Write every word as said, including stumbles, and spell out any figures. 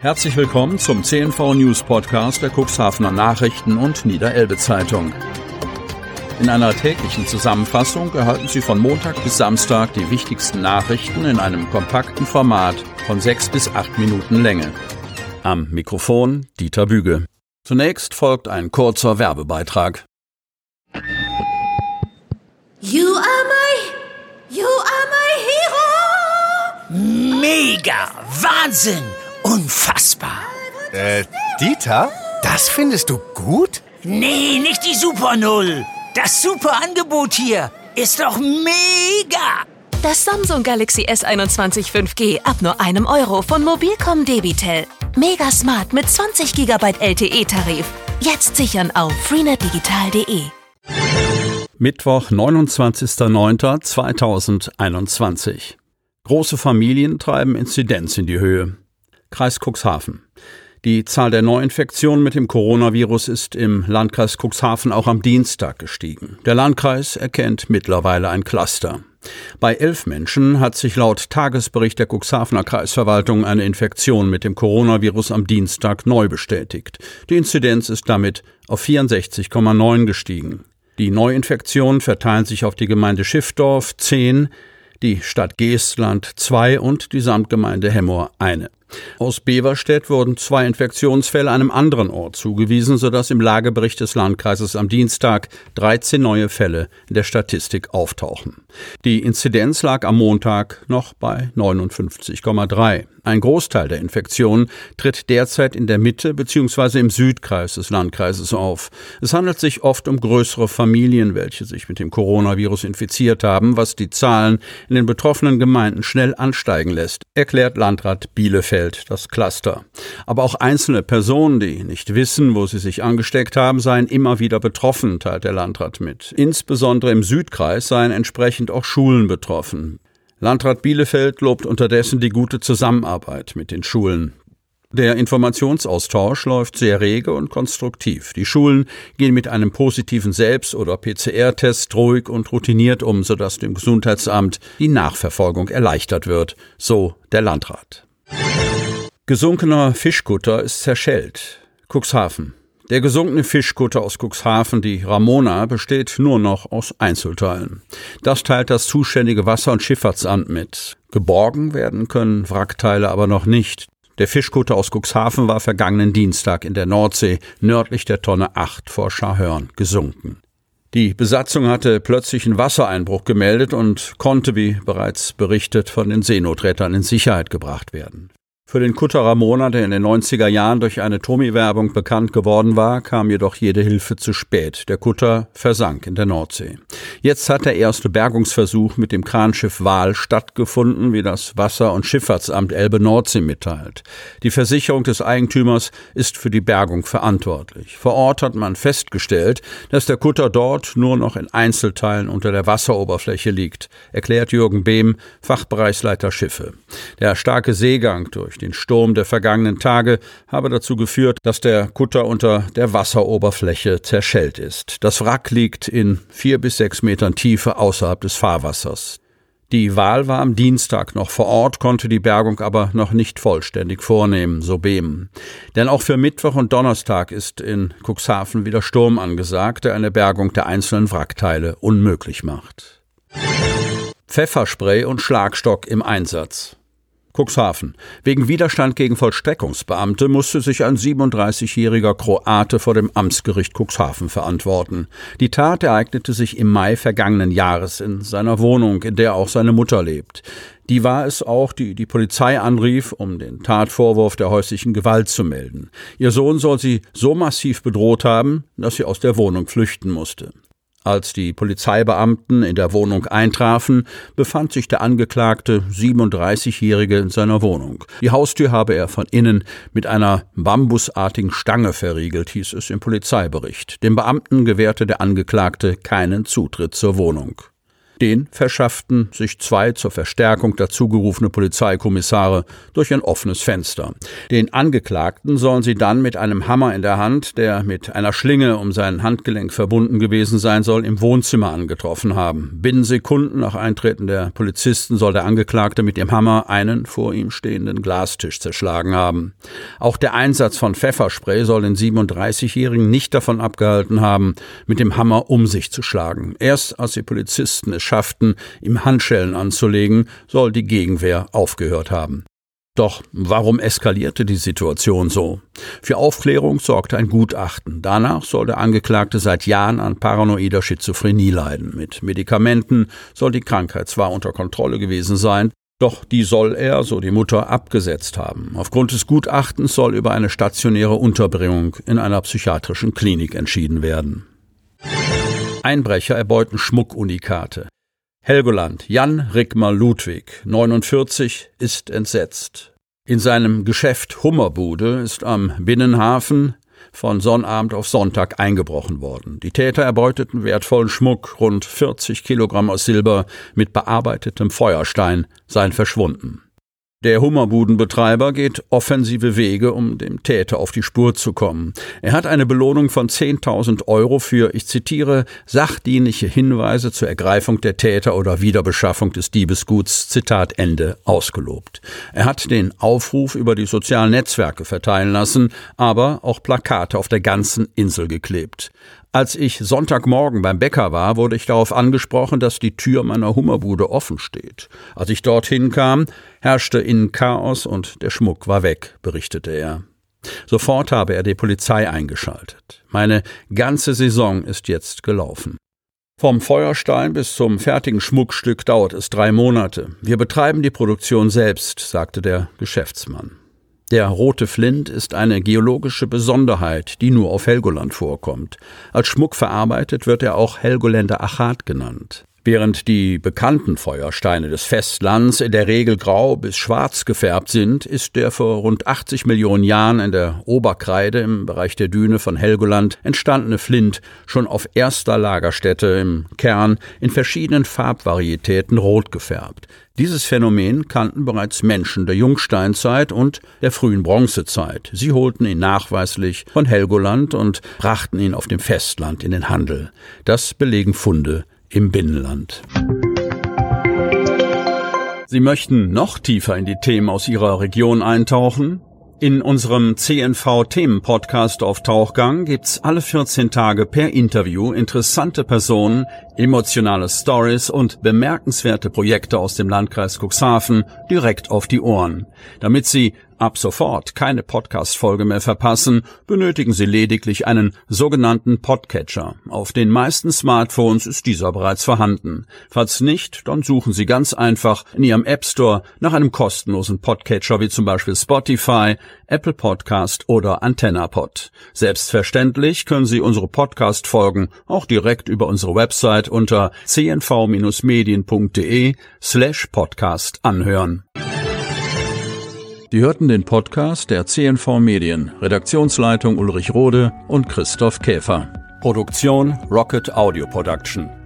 Herzlich willkommen zum C N V News Podcast der Cuxhavener Nachrichten und Niederelbe Zeitung. In einer täglichen Zusammenfassung erhalten Sie von Montag bis Samstag die wichtigsten Nachrichten in einem kompakten Format von sechs bis acht Minuten Länge. Am Mikrofon Dieter Büge. Zunächst folgt ein kurzer Werbebeitrag. You are my, you are my hero! Mega! Wahnsinn! Unfassbar! Äh, Dieter? Das findest du gut? Nee, nicht die Super Null. Das super Angebot hier ist doch mega! Das Samsung Galaxy S einundzwanzig fünf G ab nur einem Euro von Mobilcom Debitel. Mega smart mit zwanzig Gigabyte L T E-Tarif. Jetzt sichern auf freenet digital punkt de. Mittwoch, neunundzwanzigster neunter zweitausendeinundzwanzig. Große Familien treiben Inzidenz in die Höhe. Kreis Cuxhaven. Die Zahl der Neuinfektionen mit dem Coronavirus ist im Landkreis Cuxhaven auch am Dienstag gestiegen. Der Landkreis erkennt mittlerweile ein Cluster. Bei elf Menschen hat sich laut Tagesbericht der Cuxhavener Kreisverwaltung eine Infektion mit dem Coronavirus am Dienstag neu bestätigt. Die Inzidenz ist damit auf vierundsechzig Komma neun gestiegen. Die Neuinfektionen verteilen sich auf die Gemeinde Schiffdorf zehn, die Stadt Geestland zwei und die Samtgemeinde Hemmoor eine. Aus Beverstedt wurden zwei Infektionsfälle einem anderen Ort zugewiesen, sodass im Lagebericht des Landkreises am Dienstag dreizehn neue Fälle in der Statistik auftauchen. Die Inzidenz lag am Montag noch bei neunundfünfzig Komma drei. Ein Großteil der Infektionen tritt derzeit in der Mitte bzw. im Südkreis des Landkreises auf. Es handelt sich oft um größere Familien, welche sich mit dem Coronavirus infiziert haben, was die Zahlen in den betroffenen Gemeinden schnell ansteigen lässt, erklärt Landrat Bielefeld das Cluster. Aber auch einzelne Personen, die nicht wissen, wo sie sich angesteckt haben, seien immer wieder betroffen, teilt der Landrat mit. Insbesondere im Südkreis seien entsprechend auch Schulen betroffen. Landrat Bielefeld lobt unterdessen die gute Zusammenarbeit mit den Schulen. Der Informationsaustausch läuft sehr rege und konstruktiv. Die Schulen gehen mit einem positiven Selbst- oder P C R-Test ruhig und routiniert um, sodass dem Gesundheitsamt die Nachverfolgung erleichtert wird, so der Landrat. Gesunkener Fischkutter ist zerschellt. Cuxhaven. Der gesunkene Fischkutter aus Cuxhaven, die Ramona, besteht nur noch aus Einzelteilen. Das teilt das zuständige Wasser- und Schifffahrtsamt mit. Geborgen werden können Wrackteile aber noch nicht. Der Fischkutter aus Cuxhaven war vergangenen Dienstag in der Nordsee nördlich der Tonne acht vor Scharhörn gesunken. Die Besatzung hatte plötzlichen Wassereinbruch gemeldet und konnte, wie bereits berichtet, von den Seenotrettern in Sicherheit gebracht werden. Für den Kutter Ramona, der in den neunziger Jahren durch eine Tomi-Werbung bekannt geworden war, kam jedoch jede Hilfe zu spät. Der Kutter versank in der Nordsee. Jetzt hat der erste Bergungsversuch mit dem Kranschiff Wal stattgefunden, wie das Wasser- und Schifffahrtsamt Elbe-Nordsee mitteilt. Die Versicherung des Eigentümers ist für die Bergung verantwortlich. Vor Ort hat man festgestellt, dass der Kutter dort nur noch in Einzelteilen unter der Wasseroberfläche liegt, erklärt Jürgen Behm, Fachbereichsleiter Schiffe. Der starke Seegang durch den Sturm der vergangenen Tage habe dazu geführt, dass der Kutter unter der Wasseroberfläche zerschellt ist. Das Wrack liegt in vier bis sechs Metern Tiefe außerhalb des Fahrwassers. Die Wal war am Dienstag noch vor Ort, konnte die Bergung aber noch nicht vollständig vornehmen, so Behm. Denn auch für Mittwoch und Donnerstag ist in Cuxhaven wieder Sturm angesagt, der eine Bergung der einzelnen Wrackteile unmöglich macht. Pfefferspray und Schlagstock im Einsatz. Cuxhaven. Wegen Widerstand gegen Vollstreckungsbeamte musste sich ein siebenunddreißigjähriger Kroate vor dem Amtsgericht Cuxhaven verantworten. Die Tat ereignete sich im Mai vergangenen Jahres in seiner Wohnung, in der auch seine Mutter lebt. Die war es auch, die die Polizei anrief, um den Tatvorwurf der häuslichen Gewalt zu melden. Ihr Sohn soll sie so massiv bedroht haben, dass sie aus der Wohnung flüchten musste. Als die Polizeibeamten in der Wohnung eintrafen, befand sich der Angeklagte siebenunddreißigjährige in seiner Wohnung. Die Haustür habe er von innen mit einer bambusartigen Stange verriegelt, hieß es im Polizeibericht. Dem Beamten gewährte der Angeklagte keinen Zutritt zur Wohnung. Den verschafften sich zwei zur Verstärkung dazugerufene Polizeikommissare durch ein offenes Fenster. Den Angeklagten sollen sie dann mit einem Hammer in der Hand, der mit einer Schlinge um sein Handgelenk verbunden gewesen sein soll, im Wohnzimmer angetroffen haben. Binnen Sekunden nach Eintreten der Polizisten soll der Angeklagte mit dem Hammer einen vor ihm stehenden Glastisch zerschlagen haben. Auch der Einsatz von Pfefferspray soll den siebenunddreißigjährigen nicht davon abgehalten haben, mit dem Hammer um sich zu schlagen. Erst als die Polizisten es schafften, ihm Handschellen anzulegen, soll die Gegenwehr aufgehört haben. Doch warum eskalierte die Situation so? Für Aufklärung sorgte ein Gutachten. Danach soll der Angeklagte seit Jahren an paranoider Schizophrenie leiden. Mit Medikamenten soll die Krankheit zwar unter Kontrolle gewesen sein, doch die soll er, so die Mutter, abgesetzt haben. Aufgrund des Gutachtens soll über eine stationäre Unterbringung in einer psychiatrischen Klinik entschieden werden. Einbrecher erbeuten Schmuckunikate. Helgoland, Jan Rickmer Ludwig, neunundvierzig, ist entsetzt. In seinem Geschäft Hummerbude ist am Binnenhafen von Sonnabend auf Sonntag eingebrochen worden. Die Täter erbeuteten wertvollen Schmuck, rund vierzig Kilogramm aus Silber mit bearbeitetem Feuerstein, seien verschwunden. Der Hummerbudenbetreiber geht offensive Wege, um dem Täter auf die Spur zu kommen. Er hat eine Belohnung von zehntausend Euro für, ich zitiere, sachdienliche Hinweise zur Ergreifung der Täter oder Wiederbeschaffung des Diebesguts, Zitat Ende, ausgelobt. Er hat den Aufruf über die sozialen Netzwerke verteilen lassen, aber auch Plakate auf der ganzen Insel geklebt. Als ich Sonntagmorgen beim Bäcker war, wurde ich darauf angesprochen, dass die Tür meiner Hummerbude offen steht. Als ich dorthin kam, herrschte innen Chaos und der Schmuck war weg, berichtete er. Sofort habe er die Polizei eingeschaltet. Meine ganze Saison ist jetzt gelaufen. Vom Feuerstein bis zum fertigen Schmuckstück dauert es drei Monate. Wir betreiben die Produktion selbst, sagte der Geschäftsmann. Der rote Flint ist eine geologische Besonderheit, die nur auf Helgoland vorkommt. Als Schmuck verarbeitet wird er auch Helgoländer Achat genannt. Während die bekannten Feuersteine des Festlands in der Regel grau bis schwarz gefärbt sind, ist der vor rund achtzig Millionen Jahren in der Oberkreide im Bereich der Düne von Helgoland entstandene Flint schon auf erster Lagerstätte im Kern in verschiedenen Farbvarietäten rot gefärbt. Dieses Phänomen kannten bereits Menschen der Jungsteinzeit und der frühen Bronzezeit. Sie holten ihn nachweislich von Helgoland und brachten ihn auf dem Festland in den Handel. Das belegen Funde im Binnenland. Sie möchten noch tiefer in die Themen aus Ihrer Region eintauchen? In unserem C N V-Themen-Podcast auf Tauchgang gibt's alle vierzehn Tage per Interview interessante Personen, emotionale Stories und bemerkenswerte Projekte aus dem Landkreis Cuxhaven direkt auf die Ohren. Damit Sie ab sofort keine Podcast-Folge mehr verpassen, benötigen Sie lediglich einen sogenannten Podcatcher. Auf den meisten Smartphones ist dieser bereits vorhanden. Falls nicht, dann suchen Sie ganz einfach in Ihrem App Store nach einem kostenlosen Podcatcher wie zum Beispiel Spotify, Apple Podcast oder AntennaPod. Selbstverständlich können Sie unsere Podcast-Folgen auch direkt über unsere Website unter c n v medien punkt d e slash podcast anhören. Sie hörten den Podcast der C N V Medien, Redaktionsleitung Ulrich Rode und Christoph Käfer. Produktion Rocket Audio Production.